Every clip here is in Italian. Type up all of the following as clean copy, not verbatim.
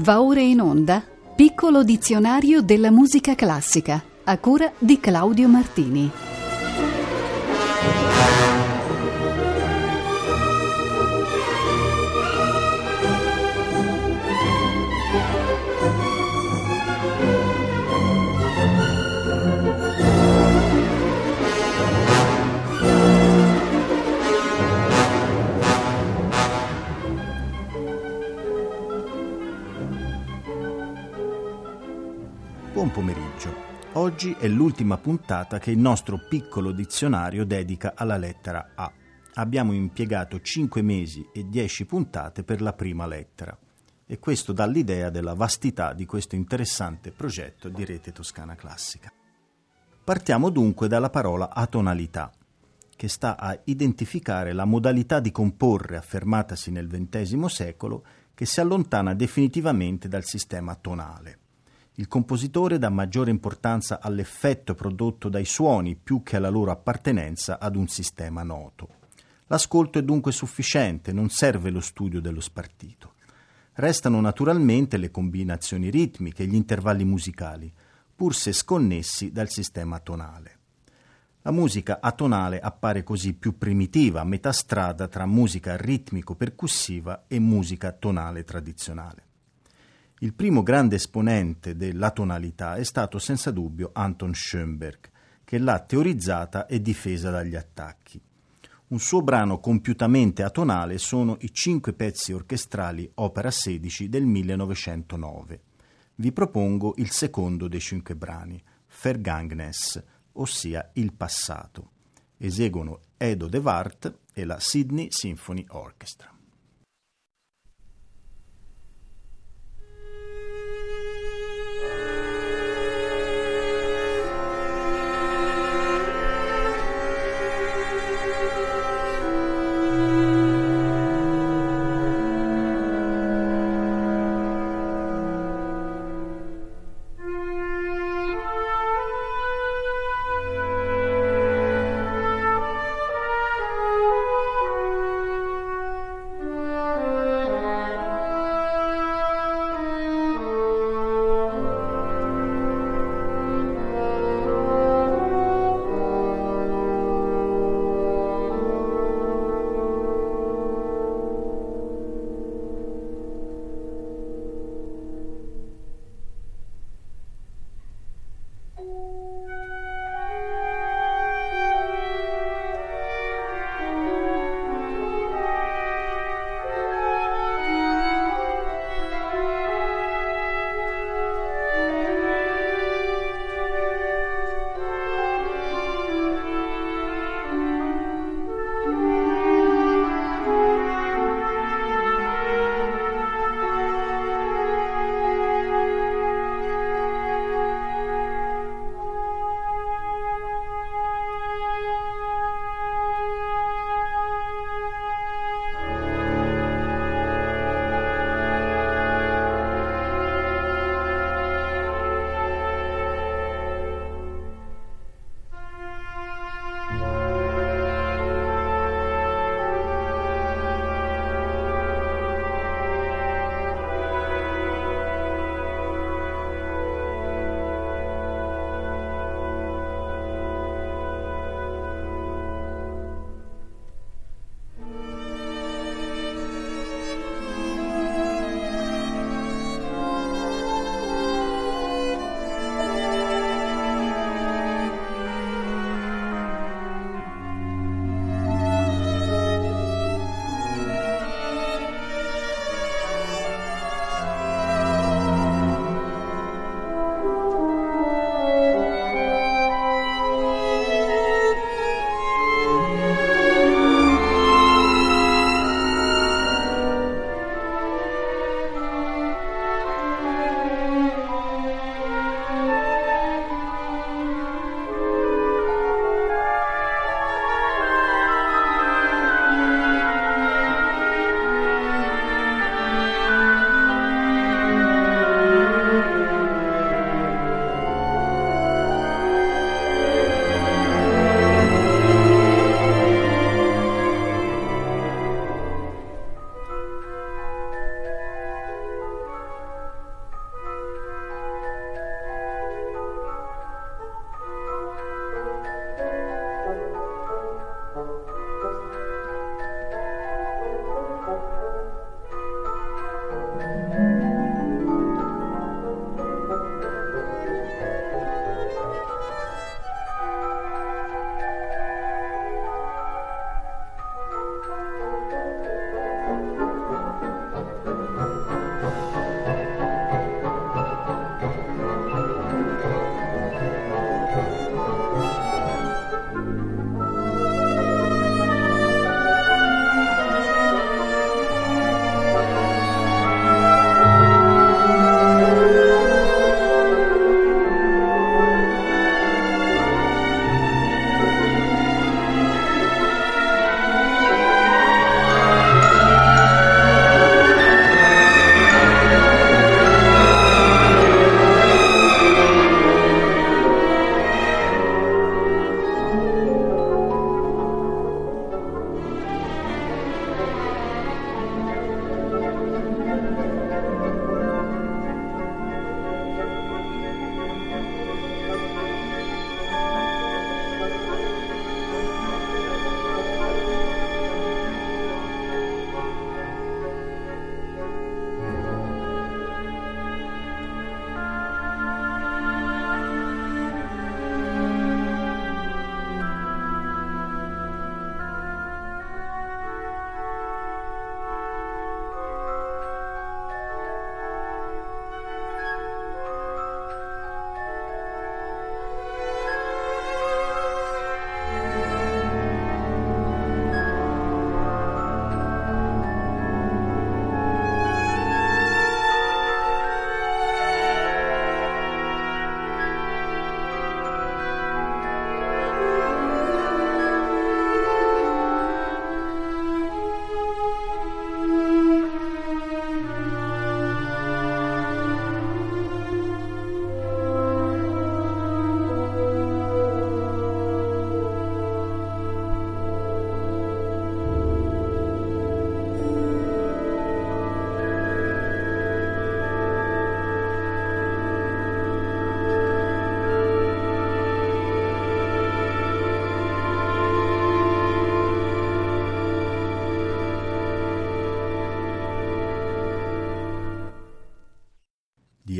Va ora in onda Piccolo dizionario della musica classica, a cura di Claudio Martini. Buon pomeriggio. Oggi è l'ultima puntata che il nostro piccolo dizionario dedica alla lettera A. Abbiamo impiegato 5 mesi e 10 puntate per la prima lettera e questo dà l'idea della vastità di questo interessante progetto di Rete Toscana Classica. Partiamo dunque dalla parola atonalità, che sta a identificare la modalità di comporre affermatasi nel XX secolo che si allontana definitivamente dal sistema tonale. Il compositore dà maggiore importanza all'effetto prodotto dai suoni più che alla loro appartenenza ad un sistema noto. L'ascolto è dunque sufficiente, non serve lo studio dello spartito. Restano naturalmente le combinazioni ritmiche e gli intervalli musicali, pur se sconnessi dal sistema tonale. La musica atonale appare così più primitiva, a metà strada tra musica ritmico-percussiva e musica tonale tradizionale. Il primo grande esponente dell'atonalità è stato senza dubbio Anton Schoenberg, che l'ha teorizzata e difesa dagli attacchi. Un suo brano compiutamente atonale sono i 5 pezzi orchestrali opera 16 del 1909. Vi propongo il secondo dei 5 brani, Vergangenes, ossia Il passato. Eseguono Edo de Wart e la Sydney Symphony Orchestra.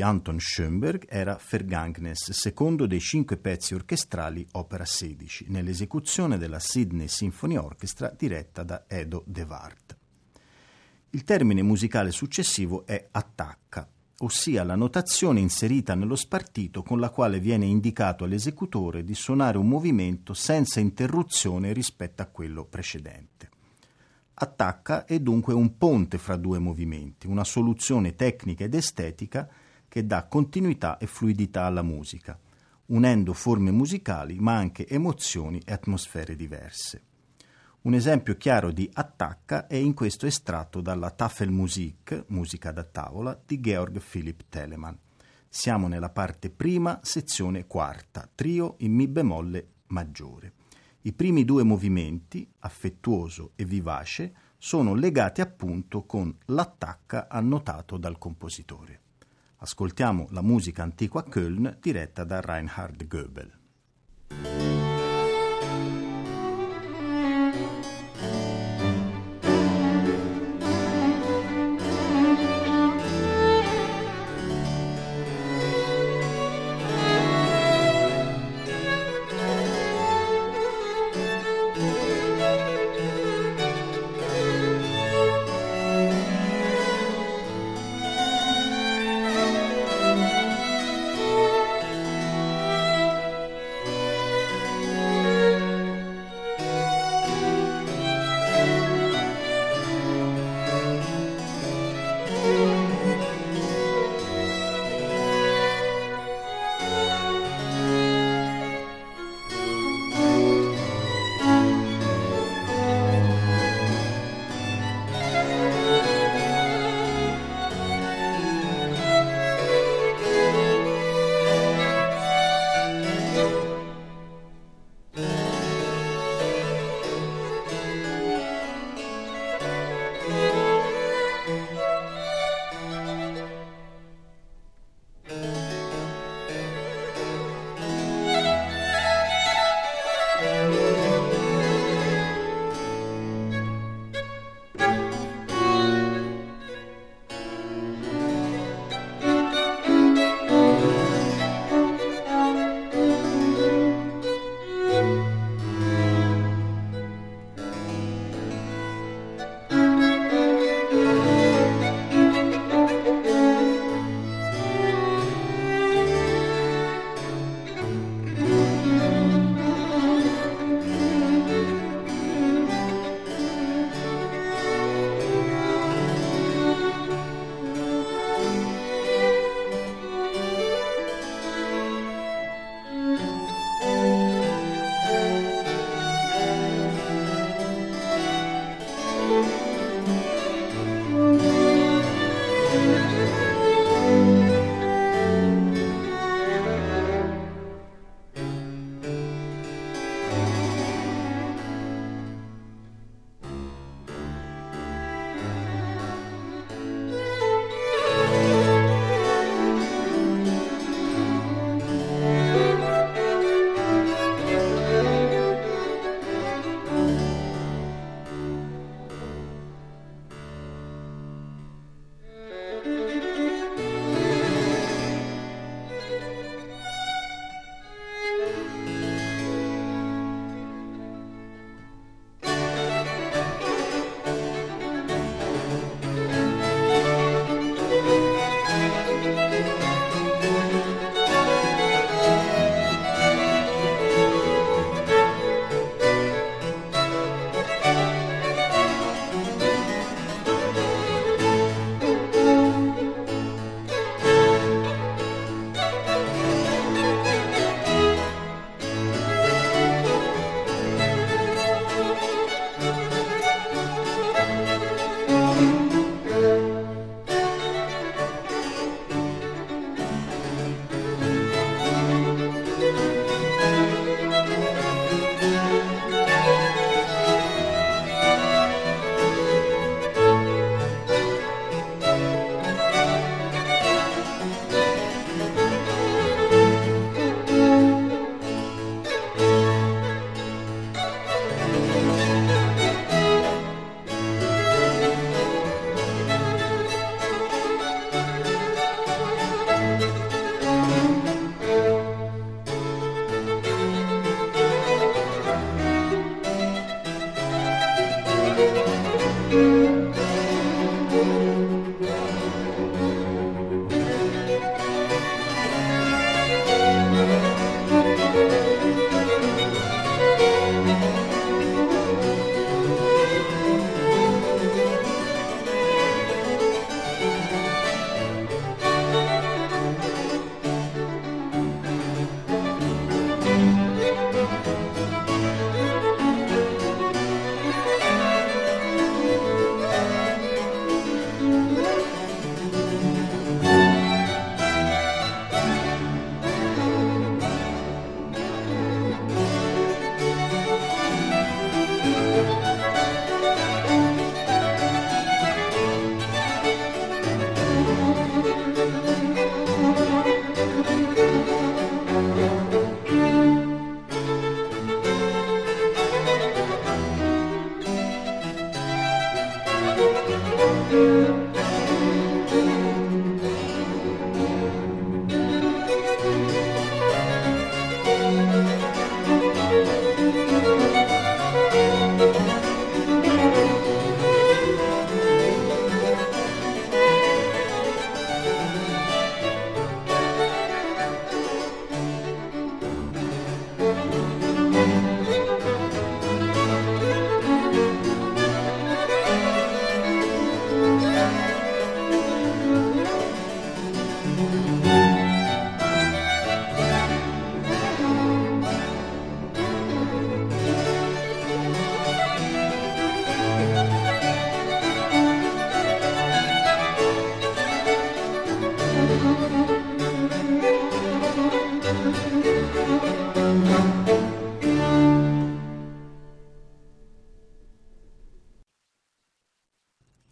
Anton Schoenberg era Vergangnes, secondo dei 5 pezzi orchestrali opera 16, nell'esecuzione della Sydney Symphony Orchestra diretta da Edo de Waard. Il termine musicale successivo è attacca, ossia la notazione inserita nello spartito con la quale viene indicato all'esecutore di suonare un movimento senza interruzione rispetto a quello precedente. Attacca è dunque un ponte fra due movimenti, una soluzione tecnica ed estetica che dà continuità e fluidità alla musica, unendo forme musicali ma anche emozioni e atmosfere diverse. Un esempio chiaro di attacca è in questo estratto dalla Tafelmusik, musica da tavola, di Georg Philipp Telemann. Siamo nella parte prima, sezione quarta, trio in Mi bemolle maggiore. I primi 2 movimenti, affettuoso e vivace, sono legati appunto con l'attacca annotato dal compositore. Ascoltiamo la musica antiqua a Köln diretta da Reinhard Goebel.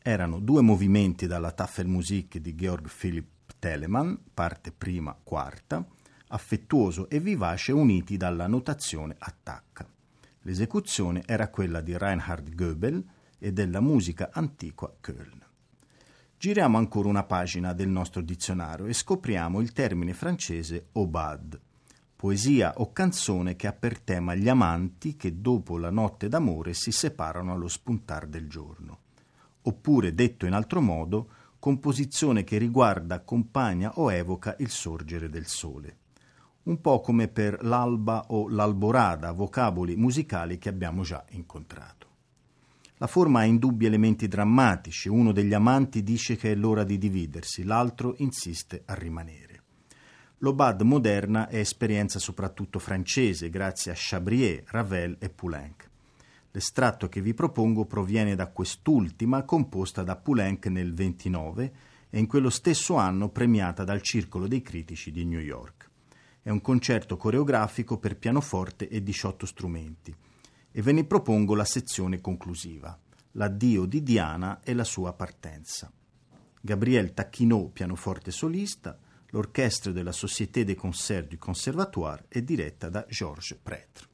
Erano 2 movimenti dalla Tafelmusik di Georg Philipp Telemann, parte prima, quarta, affettuoso e vivace, uniti dalla notazione attacca. L'esecuzione era quella di Reinhard Goebel e della musica antiqua Köln. Giriamo ancora una pagina del nostro dizionario e scopriamo il termine francese aubade, poesia o canzone che ha per tema gli amanti che dopo la notte d'amore si separano allo spuntar del giorno. Oppure, detto in altro modo, composizione che riguarda, accompagna o evoca il sorgere del sole. Un po' come per l'alba o l'alborada, vocaboli musicali che abbiamo già incontrato. La forma ha indubbi elementi drammatici, uno degli amanti dice che è l'ora di dividersi, l'altro insiste a rimanere. L'aubade moderna è esperienza soprattutto francese, grazie a Chabrier, Ravel e Poulenc. L'estratto che vi propongo proviene da quest'ultima, composta da Poulenc nel 29 e in quello stesso anno premiata dal Circolo dei Critici di New York. È un concerto coreografico per pianoforte e 18 strumenti e ve ne propongo la sezione conclusiva, l'addio di Diana e la sua partenza. Gabriel Tacquinot, pianoforte solista, l'orchestra della Société des Concerts du Conservatoire è diretta da Georges Prêtre.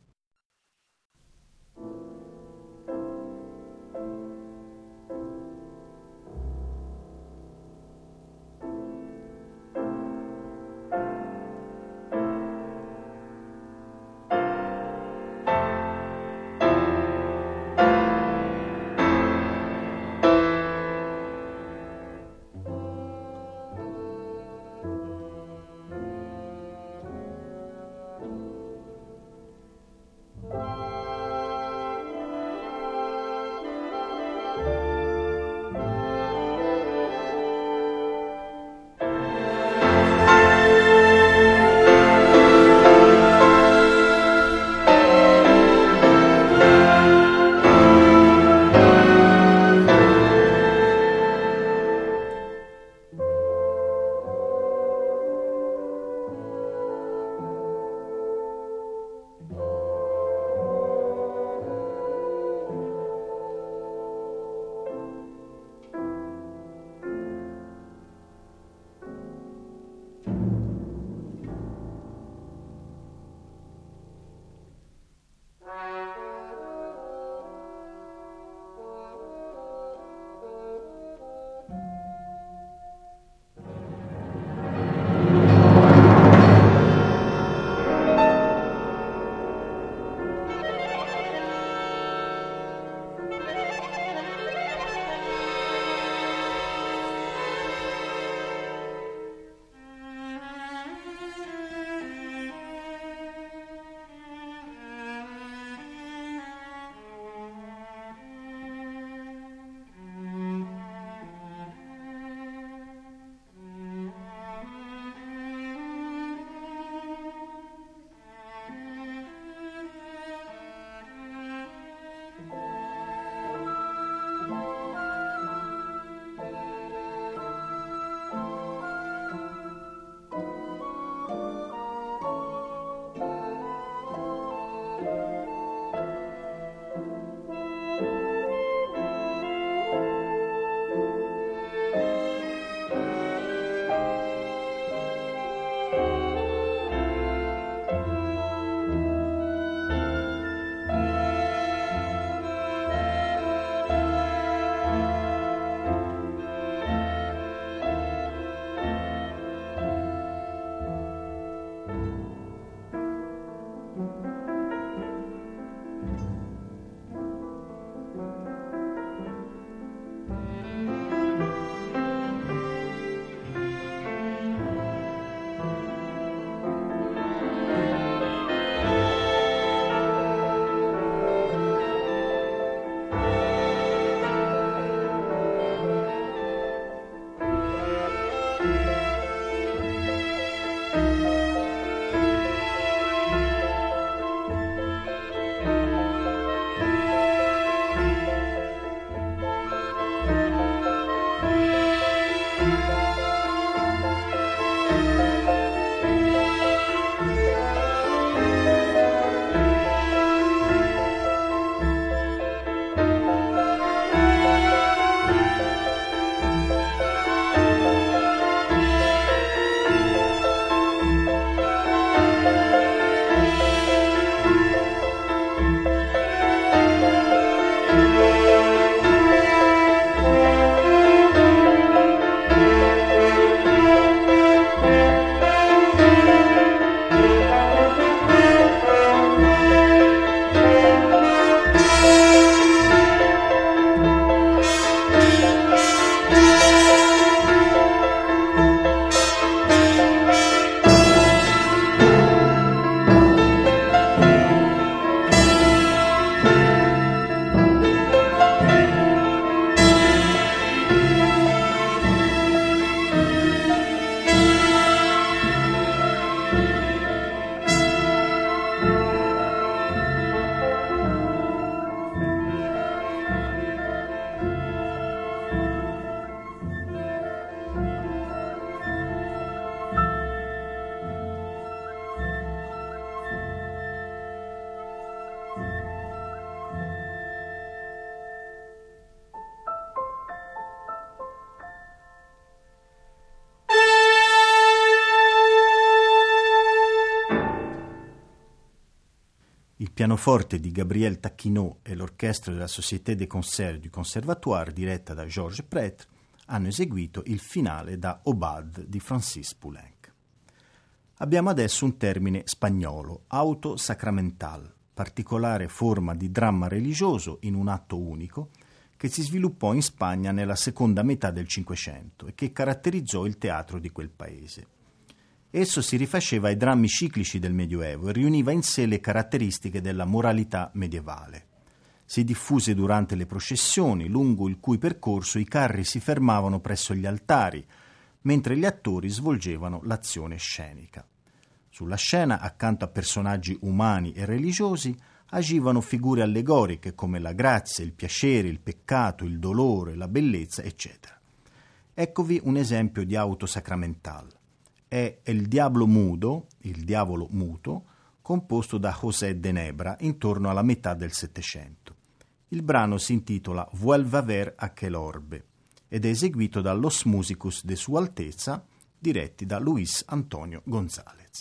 Il pianoforte di Gabriel Taquinot e l'orchestra della Société des Concerts du Conservatoire, diretta da Georges Prêtre, hanno eseguito il finale da Obad di Francis Poulenc. Abbiamo adesso un termine spagnolo, auto sacramental, particolare forma di dramma religioso in un atto unico che si sviluppò in Spagna nella seconda metà del Cinquecento e che caratterizzò il teatro di quel paese. Esso si rifaceva ai drammi ciclici del Medioevo e riuniva in sé le caratteristiche della moralità medievale. Si diffuse durante le processioni, lungo il cui percorso i carri si fermavano presso gli altari, mentre gli attori svolgevano l'azione scenica. Sulla scena, accanto a personaggi umani e religiosi, agivano figure allegoriche come la grazia, il piacere, il peccato, il dolore, la bellezza, eccetera. Eccovi un esempio di auto sacramental. È El Diablo Mudo, il diavolo muto, composto da José de Nebra intorno alla metà del Settecento. Il brano si intitola Vuelve a ver aquel orbe ed è eseguito da Los Musicus de Su Altezza, diretti da Luis Antonio González.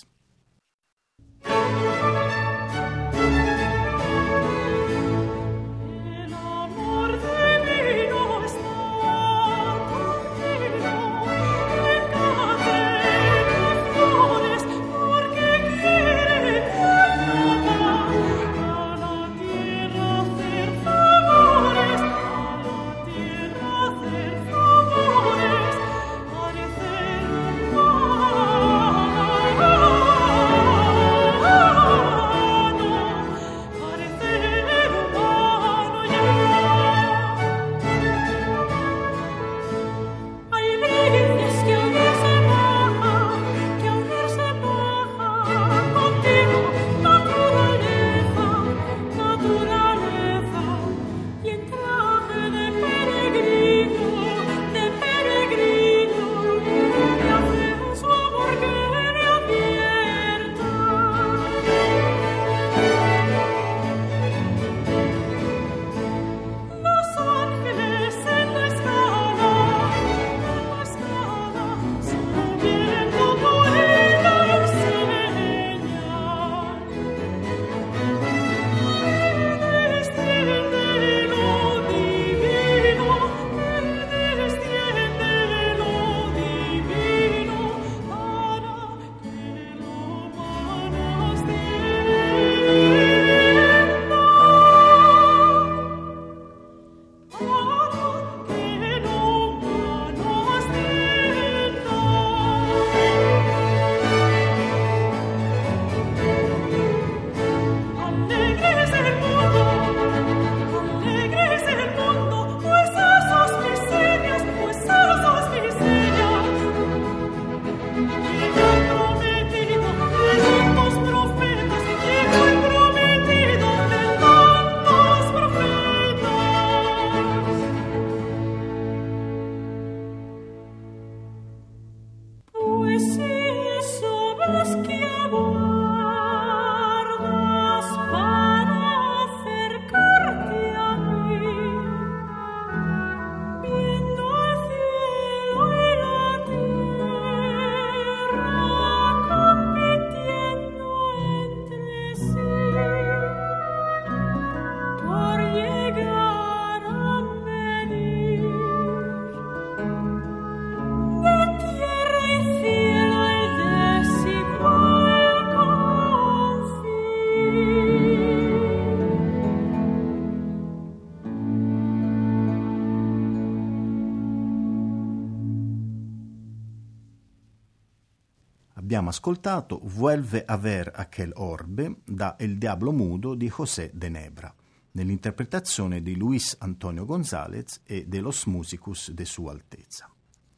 Abbiamo ascoltato Vuelve a ver aquel orbe da El Diablo Mudo di José de Nebra, nell'interpretazione di Luis Antonio González e de Los Musicus de Su Altezza.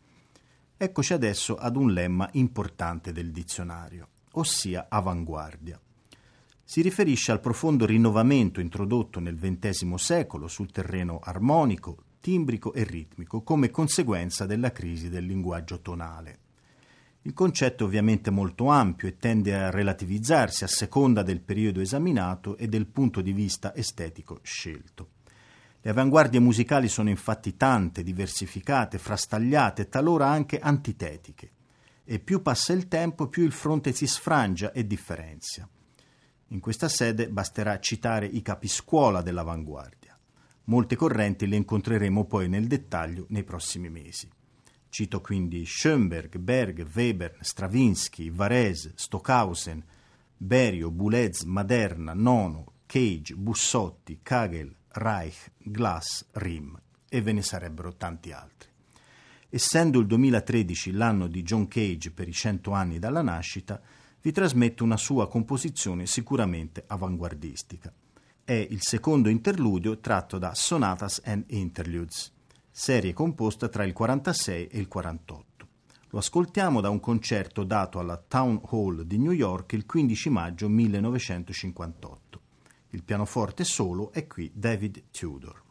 Eccoci adesso ad un lemma importante del dizionario, ossia avanguardia. Si riferisce al profondo rinnovamento introdotto nel XX secolo sul terreno armonico, timbrico e ritmico come conseguenza della crisi del linguaggio tonale. Il concetto è ovviamente molto ampio e tende a relativizzarsi a seconda del periodo esaminato e del punto di vista estetico scelto. Le avanguardie musicali sono infatti tante, diversificate, frastagliate e talora anche antitetiche. E più passa il tempo, più il fronte si sfrangia e differenzia. In questa sede basterà citare i capiscuola dell'avanguardia. Molte correnti le incontreremo poi nel dettaglio nei prossimi mesi. Cito quindi Schoenberg, Berg, Webern, Stravinsky, Varese, Stockhausen, Berio, Boulez, Maderna, Nono, Cage, Bussotti, Kagel, Reich, Glass, Rim, e ve ne sarebbero tanti altri. Essendo il 2013 l'anno di John Cage per i 100 anni dalla nascita, vi trasmetto una sua composizione sicuramente avanguardistica. È il secondo interludio tratto da Sonatas and Interludes, serie composta tra il 46 e il 48. Lo ascoltiamo da un concerto dato alla Town Hall di New York il 15 maggio 1958. Il pianoforte solo è qui David Tudor.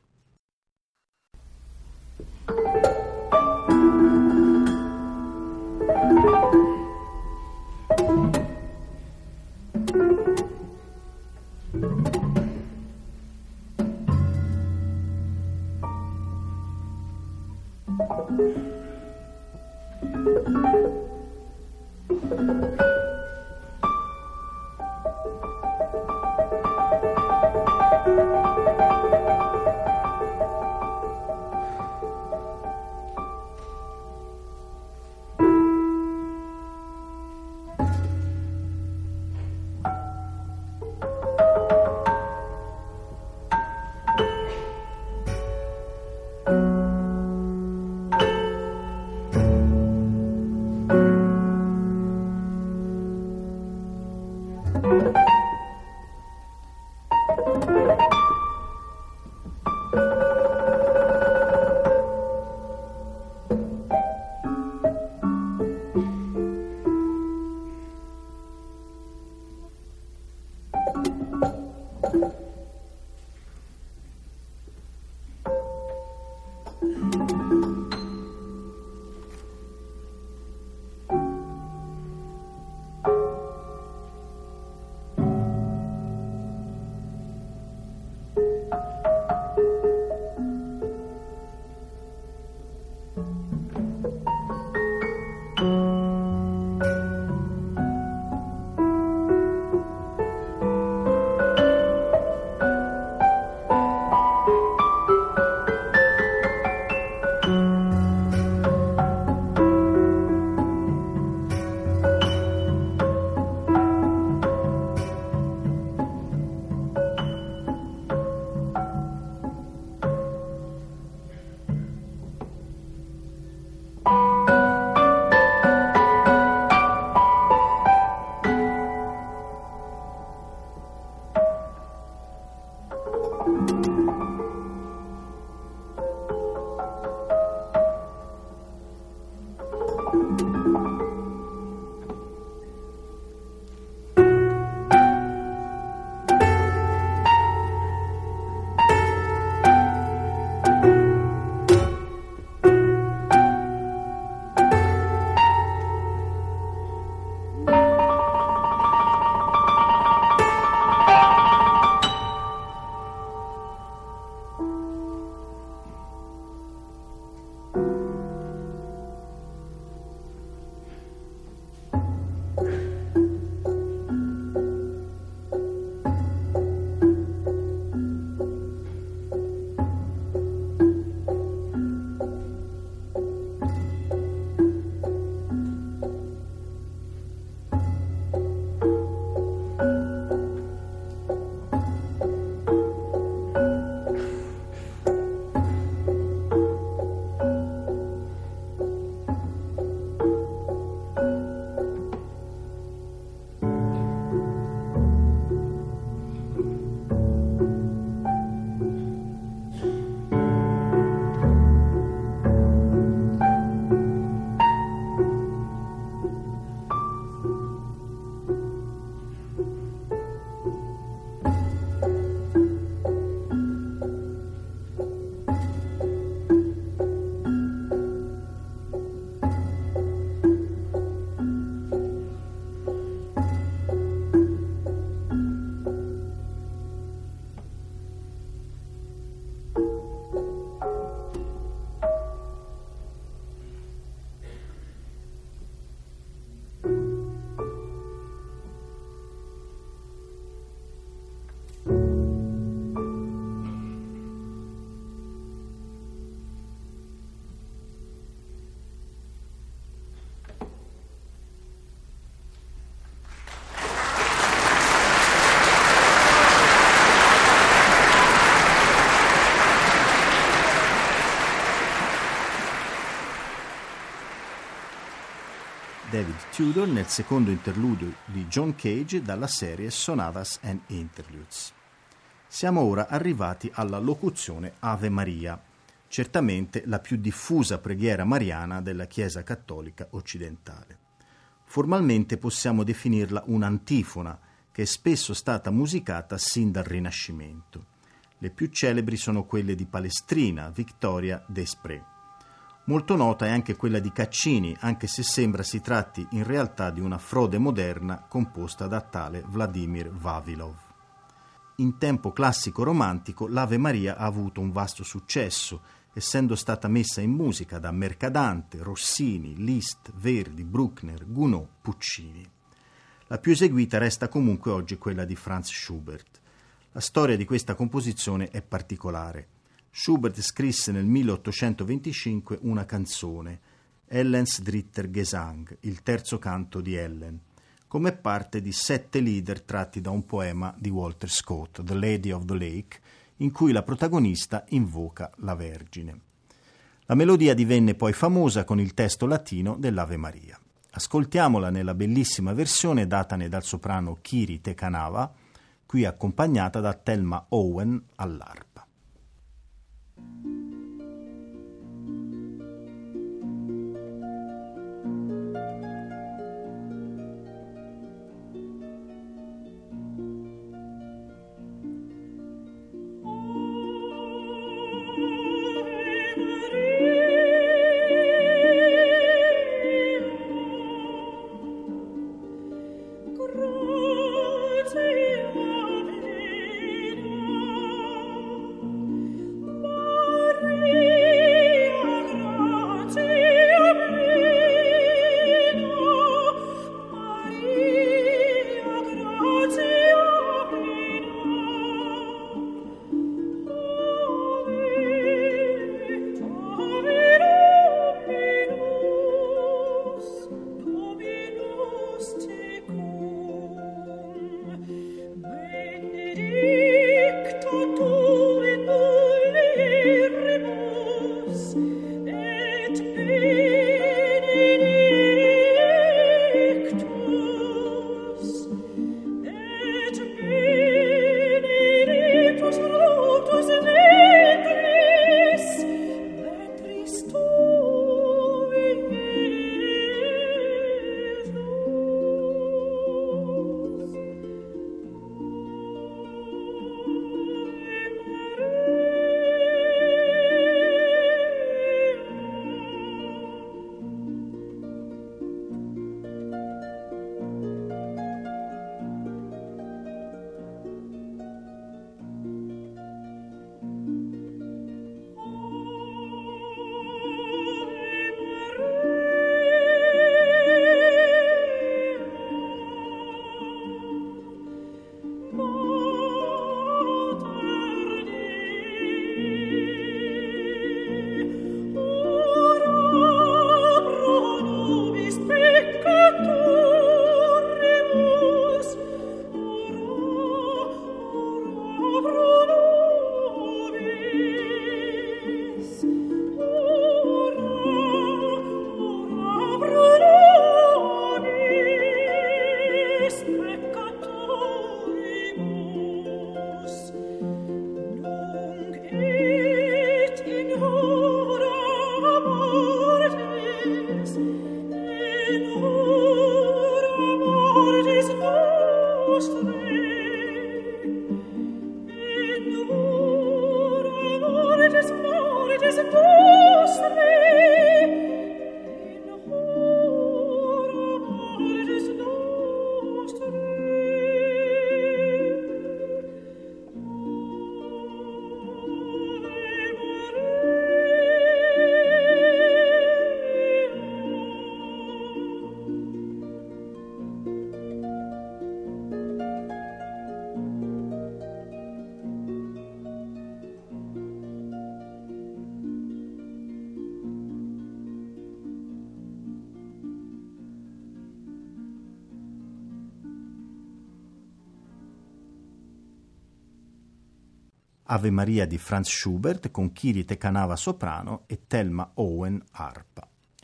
Tudor nel secondo interludio di John Cage dalla serie Sonatas and Interludes. Siamo ora arrivati alla locuzione Ave Maria, certamente la più diffusa preghiera mariana della Chiesa cattolica occidentale. Formalmente possiamo definirla un'antifona che è spesso stata musicata sin dal Rinascimento. Le più celebri sono quelle di Palestrina, Victoria, Desprez. Molto nota è anche quella di Caccini, anche se sembra si tratti in realtà di una frode moderna composta da tale Vladimir Vavilov. In tempo classico romantico l'Ave Maria ha avuto un vasto successo, essendo stata messa in musica da Mercadante, Rossini, Liszt, Verdi, Bruckner, Gounod, Puccini. La più eseguita resta comunque oggi quella di Franz Schubert. La storia di questa composizione è particolare. Schubert scrisse nel 1825 una canzone, Ellens dritter Gesang, il terzo canto di Ellen, come parte di 7 lieder tratti da un poema di Walter Scott, The Lady of the Lake, in cui la protagonista invoca la Vergine. La melodia divenne poi famosa con il testo latino dell'Ave Maria. Ascoltiamola nella bellissima versione datane dal soprano Kiri Tekanava, qui accompagnata da Thelma Owen all'arpa. Ave Maria di Franz Schubert con Kiri Tekanava soprano e Thelma Owen arpa.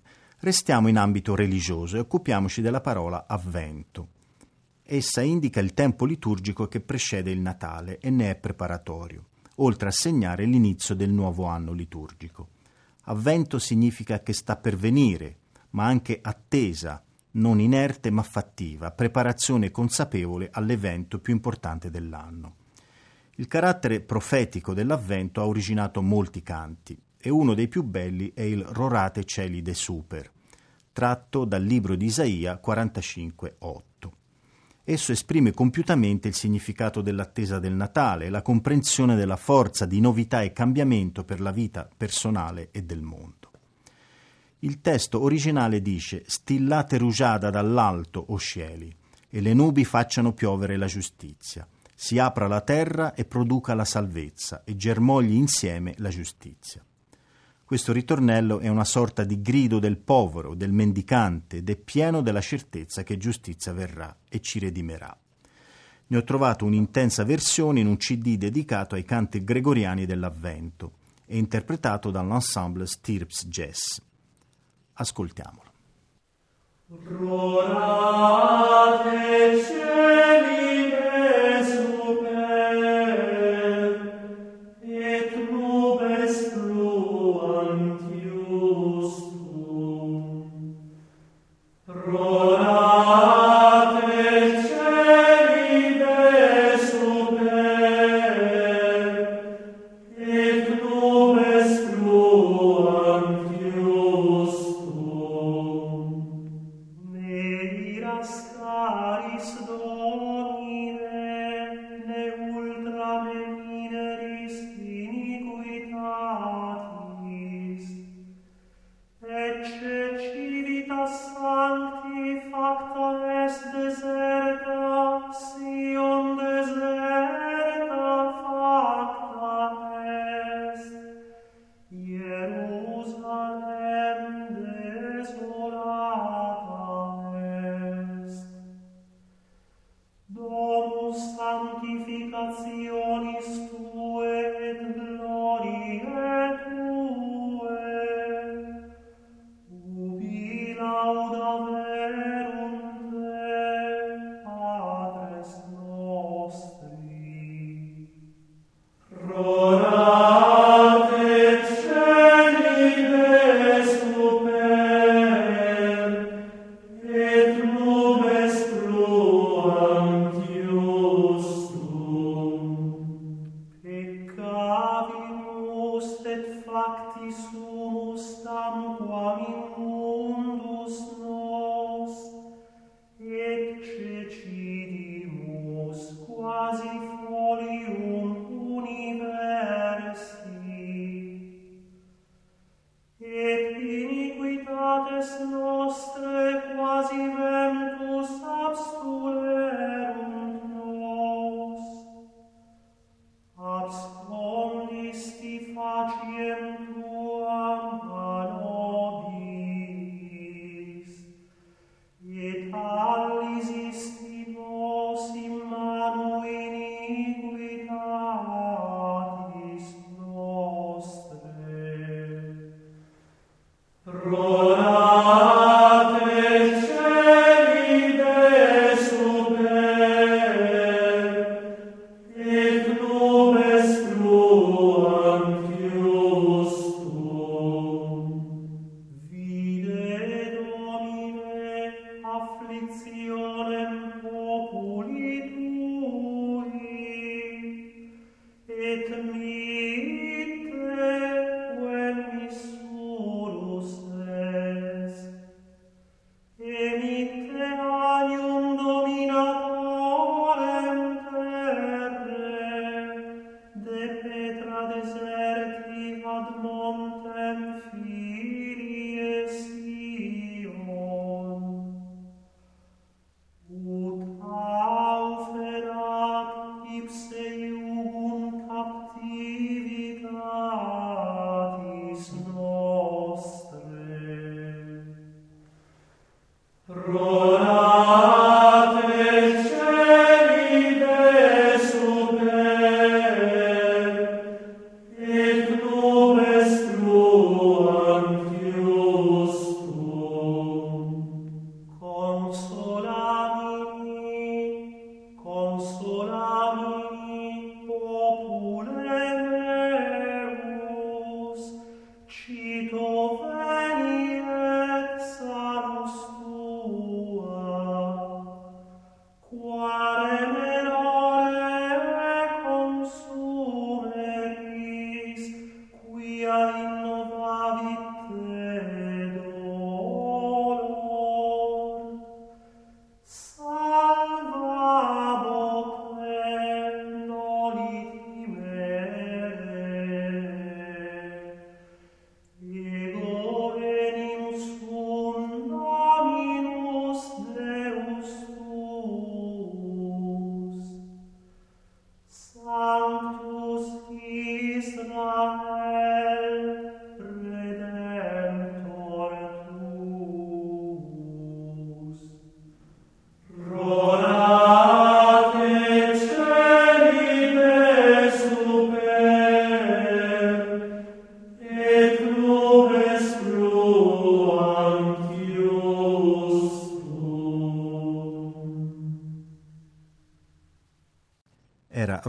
Restiamo in ambito religioso e occupiamoci della parola Avvento. Essa indica il tempo liturgico che precede il Natale e ne è preparatorio, oltre a segnare l'inizio del nuovo anno liturgico. Avvento significa che sta per venire, ma anche attesa, non inerte ma fattiva, preparazione consapevole all'evento più importante dell'anno. Il carattere profetico dell'Avvento ha originato molti canti e uno dei più belli è il Rorate Celi de Super, tratto dal libro di Isaia 45,8. Esso esprime compiutamente il significato dell'attesa del Natale e la comprensione della forza di novità e cambiamento per la vita personale e del mondo. Il testo originale dice: «Stillate rugiada dall'alto, o cieli, e le nubi facciano piovere la giustizia. Si apra la terra e produca la salvezza, e germogli insieme la giustizia». Questo ritornello è una sorta di grido del povero, del mendicante, ed è pieno della certezza che giustizia verrà e ci redimerà. Ne ho trovato un'intensa versione in un CD dedicato ai canti gregoriani dell'Avvento e interpretato dall'ensemble Stirps Jazz. Ascoltiamolo. Rorate cieli de super, et nubes fluant iustum. Rorate cieli de super, et nubes fluant iustum. Ne irascaris Domine, ne ultra memineris iniquitatis, ecce civitas sancti facta est deserta, Sion deserta facta est, Jerusalem desolata est. Domus sanctificationis Tue et gloriae Tue, ubi lauda verum Te, Patres nostri. Rorate cieli de super, et nubes fluant iustum. Peccavimus et facti sumus tamquam in mundus nos, et cecidimus quasi folium universi, et iniquitates nostre quasi ventus abstulerunt nos. Abscondisti faciem Tua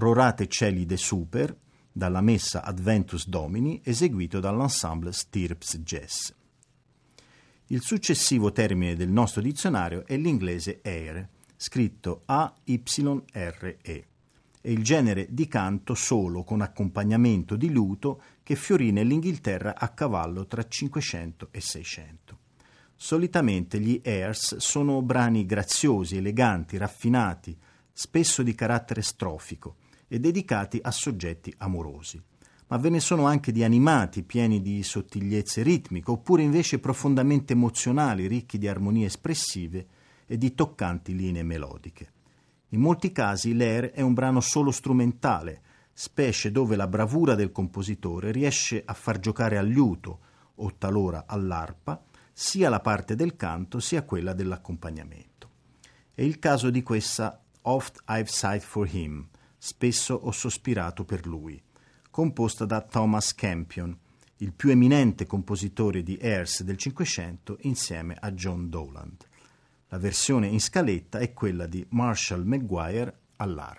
Rorate celide super, dalla messa Adventus Domini, eseguito dall'ensemble Stirps Jazz. Il successivo termine del nostro dizionario è l'inglese air, scritto A-Y-R-E, è il genere di canto solo con accompagnamento di liuto che fiorì nell'Inghilterra a cavallo tra 500 e 600. Solitamente gli airs sono brani graziosi, eleganti, raffinati, spesso di carattere strofico e dedicati a soggetti amorosi. Ma ve ne sono anche di animati, pieni di sottigliezze ritmiche, oppure invece profondamente emozionali, ricchi di armonie espressive e di toccanti linee melodiche. In molti casi l'air è un brano solo strumentale, specie dove la bravura del compositore riesce a far giocare al liuto o talora all'arpa sia la parte del canto sia quella dell'accompagnamento. È il caso di questa Oft I've Sighed for Him, spesso ho sospirato per lui, composta da Thomas Campion, il più eminente compositore di airs del Cinquecento insieme a John Dowland. La versione in scaletta è quella di Marshall McGuire all'arpa.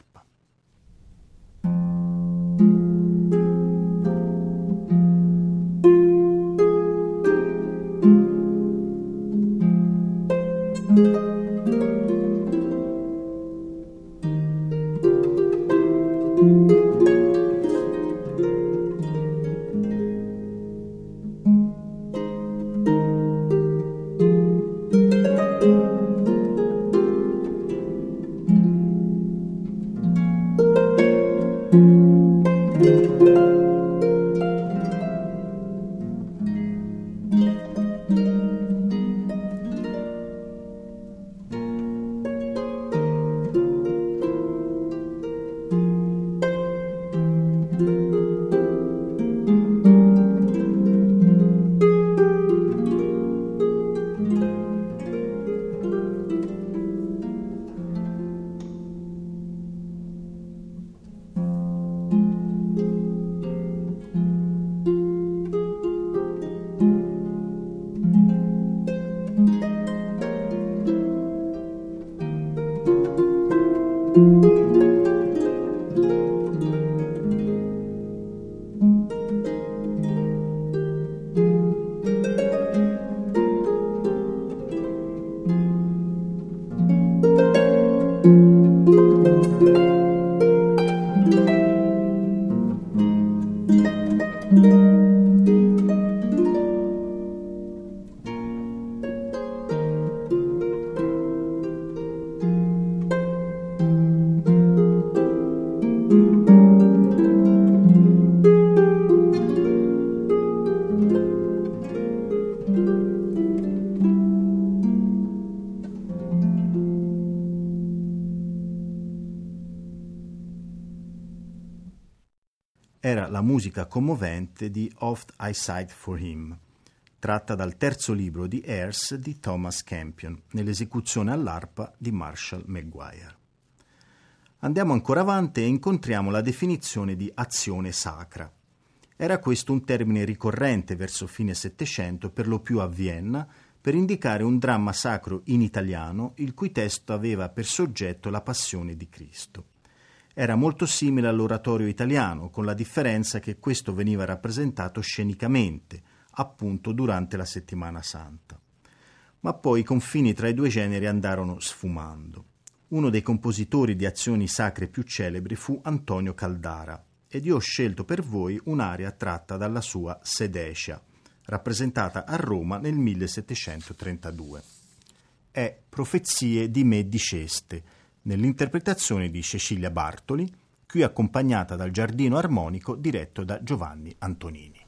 Era la musica commovente di Oft I Sighed for Him, tratta dal terzo libro di airs di Thomas Campion, nell'esecuzione all'arpa di Marshall McGuire. Andiamo ancora avanti e incontriamo la definizione di azione sacra. Era questo un termine ricorrente verso fine Settecento, per lo più a Vienna, per indicare un dramma sacro in italiano il cui testo aveva per soggetto la passione di Cristo. Era molto simile all'oratorio italiano, con la differenza che questo veniva rappresentato scenicamente, appunto durante la Settimana Santa. Ma poi i confini tra i due generi andarono sfumando. Uno dei compositori di azioni sacre più celebri fu Antonio Caldara, ed io ho scelto per voi un'aria tratta dalla sua Sedecia, rappresentata a Roma nel 1732. È Profezie di me diceste, nell'interpretazione di Cecilia Bartoli, qui accompagnata dal Giardino Armonico diretto da Giovanni Antonini.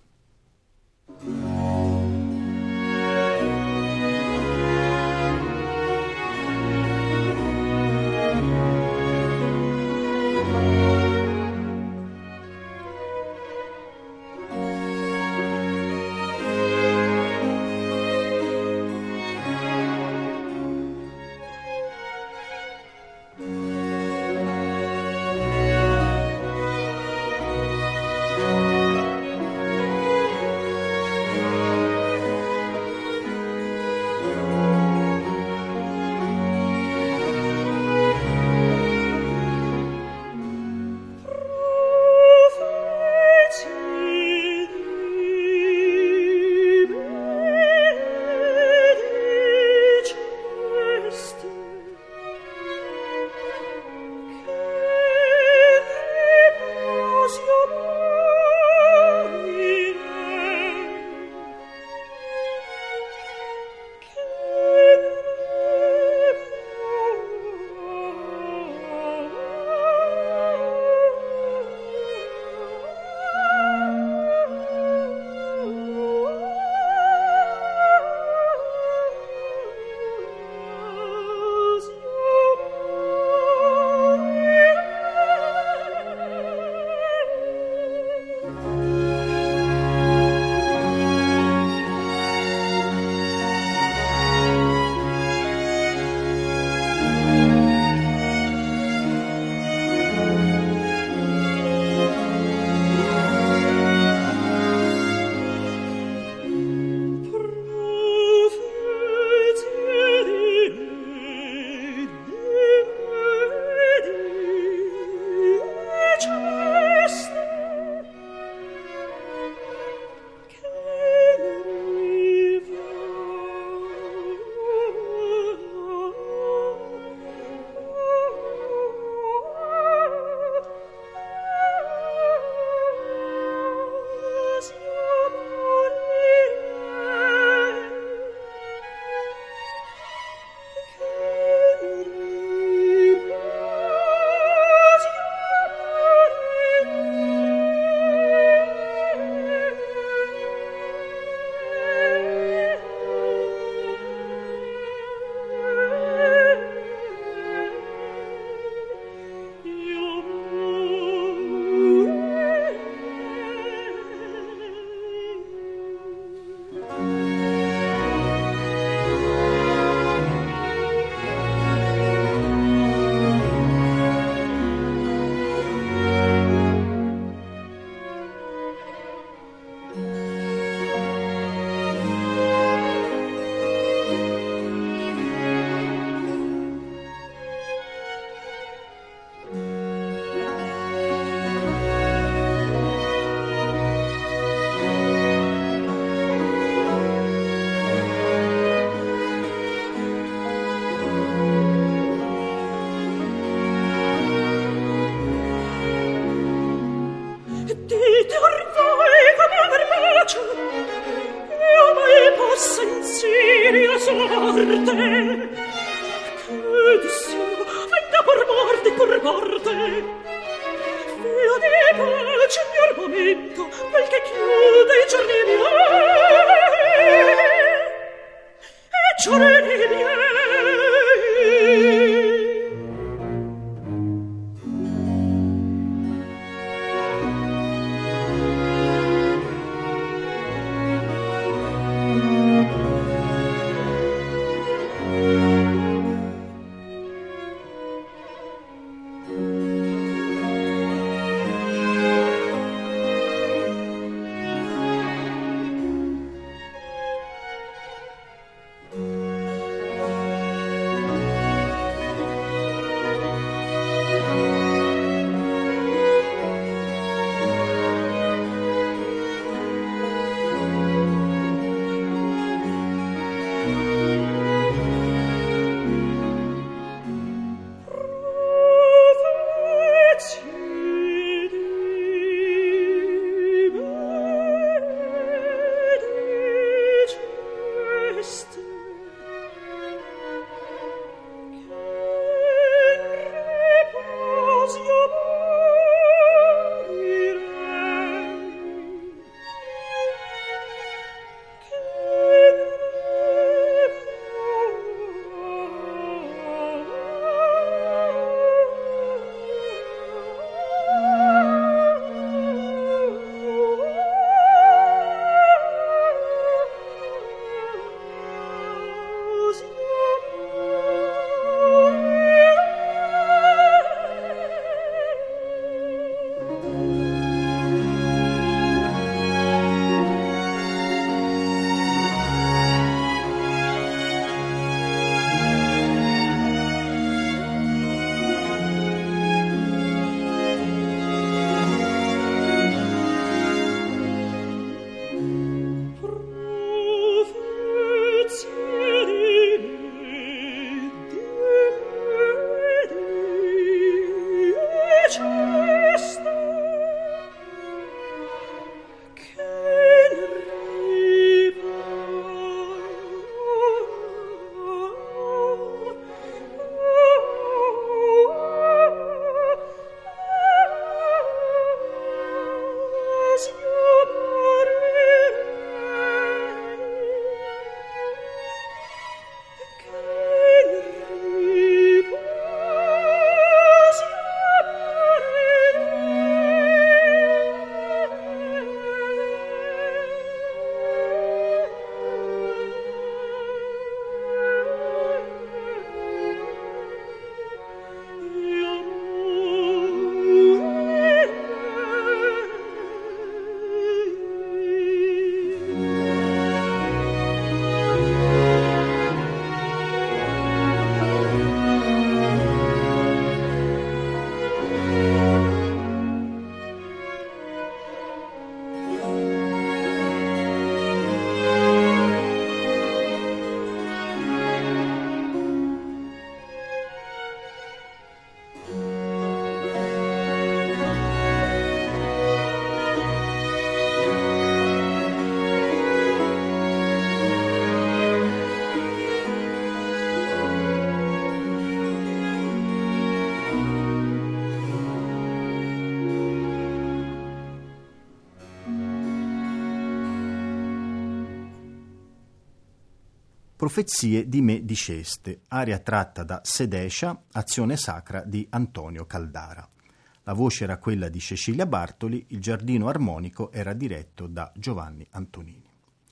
Profezie di me diceste, aria tratta da Sedecia, azione sacra di Antonio Caldara. La voce era quella di Cecilia Bartoli, il giardino armonico era diretto da Giovanni Antonini.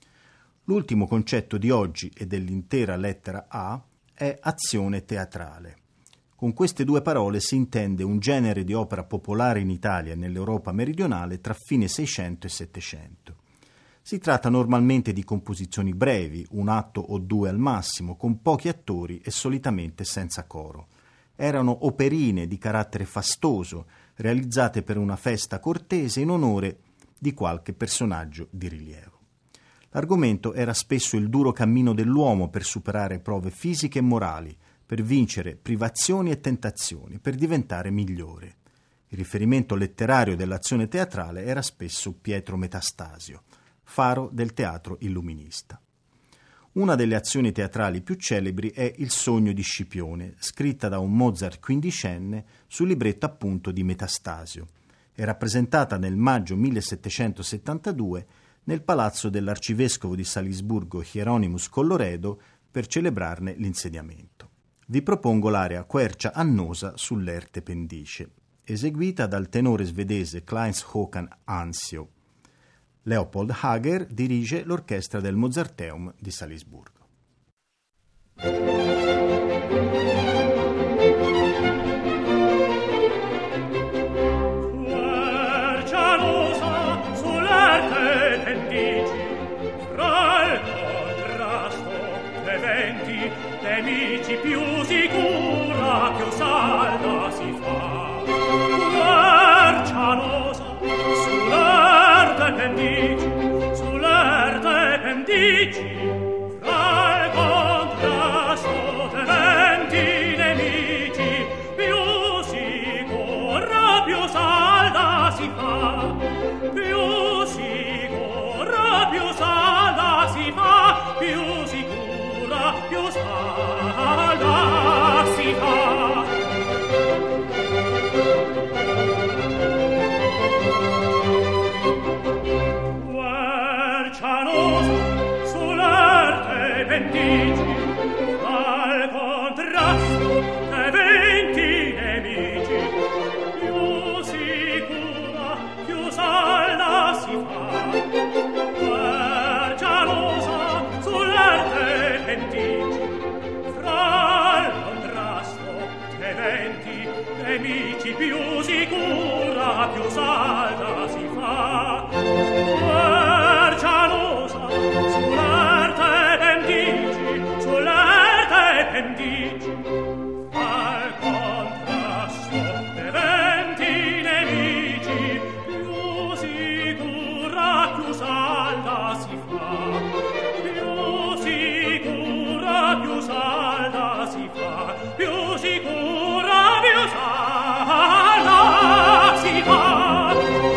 L'ultimo concetto di oggi e dell'intera lettera A è azione teatrale. Con queste due parole si intende un genere di opera popolare in Italia e nell'Europa meridionale tra fine 600 e 700. Si tratta normalmente di composizioni brevi, un atto o due al massimo, con pochi attori e solitamente senza coro. Erano operine di carattere fastoso, realizzate per una festa cortese in onore di qualche personaggio di rilievo. L'argomento era spesso il duro cammino dell'uomo per superare prove fisiche e morali, per vincere privazioni e tentazioni, per diventare migliore. Il riferimento letterario dell'azione teatrale era spesso Pietro Metastasio, faro del teatro illuminista. Una delle azioni teatrali più celebri è Il sogno di Scipione, scritta da un Mozart quindicenne sul libretto appunto di Metastasio, e rappresentata nel maggio 1772 nel palazzo dell'arcivescovo di Salisburgo Hieronymus Colloredo per celebrarne l'insediamento. Vi propongo l'aria Quercia annosa sull'erte pendice, eseguita dal tenore svedese Klaus Håkan Ansio. Leopold Hager dirige l'orchestra del Mozarteum di Salisburgo. Nemici più sicura, più salda si fa. Quercianosa, sull'erte pendici, fra il contrasto dei venti nemici, più sicura, più salda si fa. Più sicura, più salda si fa, più sicura, più salda si fa. Quercianosa, sull'erte pendici, al contrasto dei venti nemici, più sicura, più salda si fa. Quercianosa, sull'erte pendici, nemici, più sicura, più salda si fa. Quercianosa, sull'erte pendici, al contrasto dei venti nemici, più sicura, più salda si fa. Più sicura, più salda si fa. Più sicura, più salda si fa.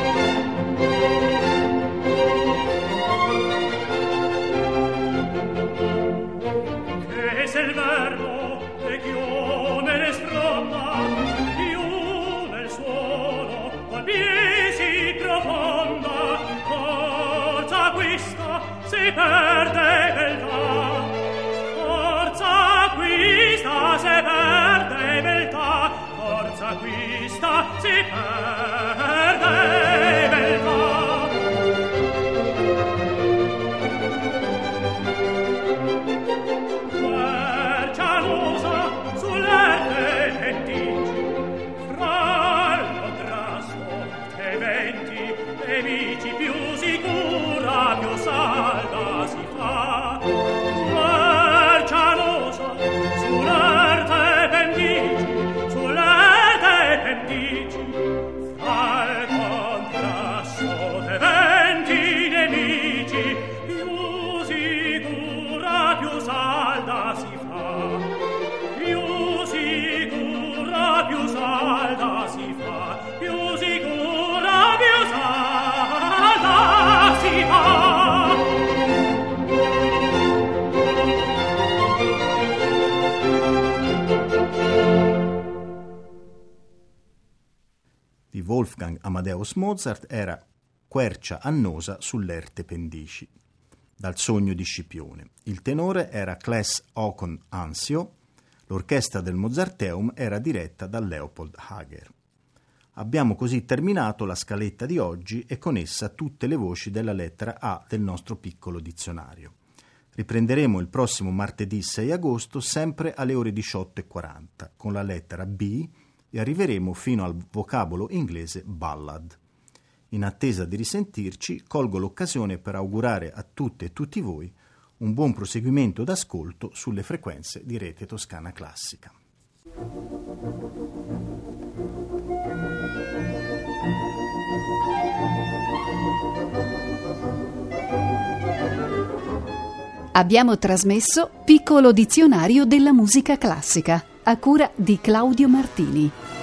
Che se il verbo legione ne stronda, più nel suono col piede si profonda, forza questa si perde beltà, forza questa si perde beltà, forza questa si perde beltà. Quercianosa, sull'erte pendici, fra il contrasto dei venti nemici, più sicura, più salda si fa. Quercianosa, sull'erte pendici, fra il contrasto dei venti nemici, più sicura, più salda si fa. Più sicura, più salda si fa. Più sicura, più salda si fa. Di Wolfgang Amadeus Mozart era Quercia annosa sull'erte pendici, dal sogno di Scipione. Il tenore era Klaus Håkan Ansio, l'orchestra del Mozarteum era diretta da Leopold Hager. Abbiamo così terminato la scaletta di oggi e con essa tutte le voci della lettera A del nostro piccolo dizionario. Riprenderemo il prossimo martedì 6 agosto sempre alle ore 18:40 con la lettera B e arriveremo fino al vocabolo inglese ballad. In attesa di risentirci, colgo l'occasione per augurare a tutte e tutti voi un buon proseguimento d'ascolto sulle frequenze di Rete Toscana Classica. Abbiamo trasmesso Piccolo dizionario della musica classica, a cura di Claudio Martini.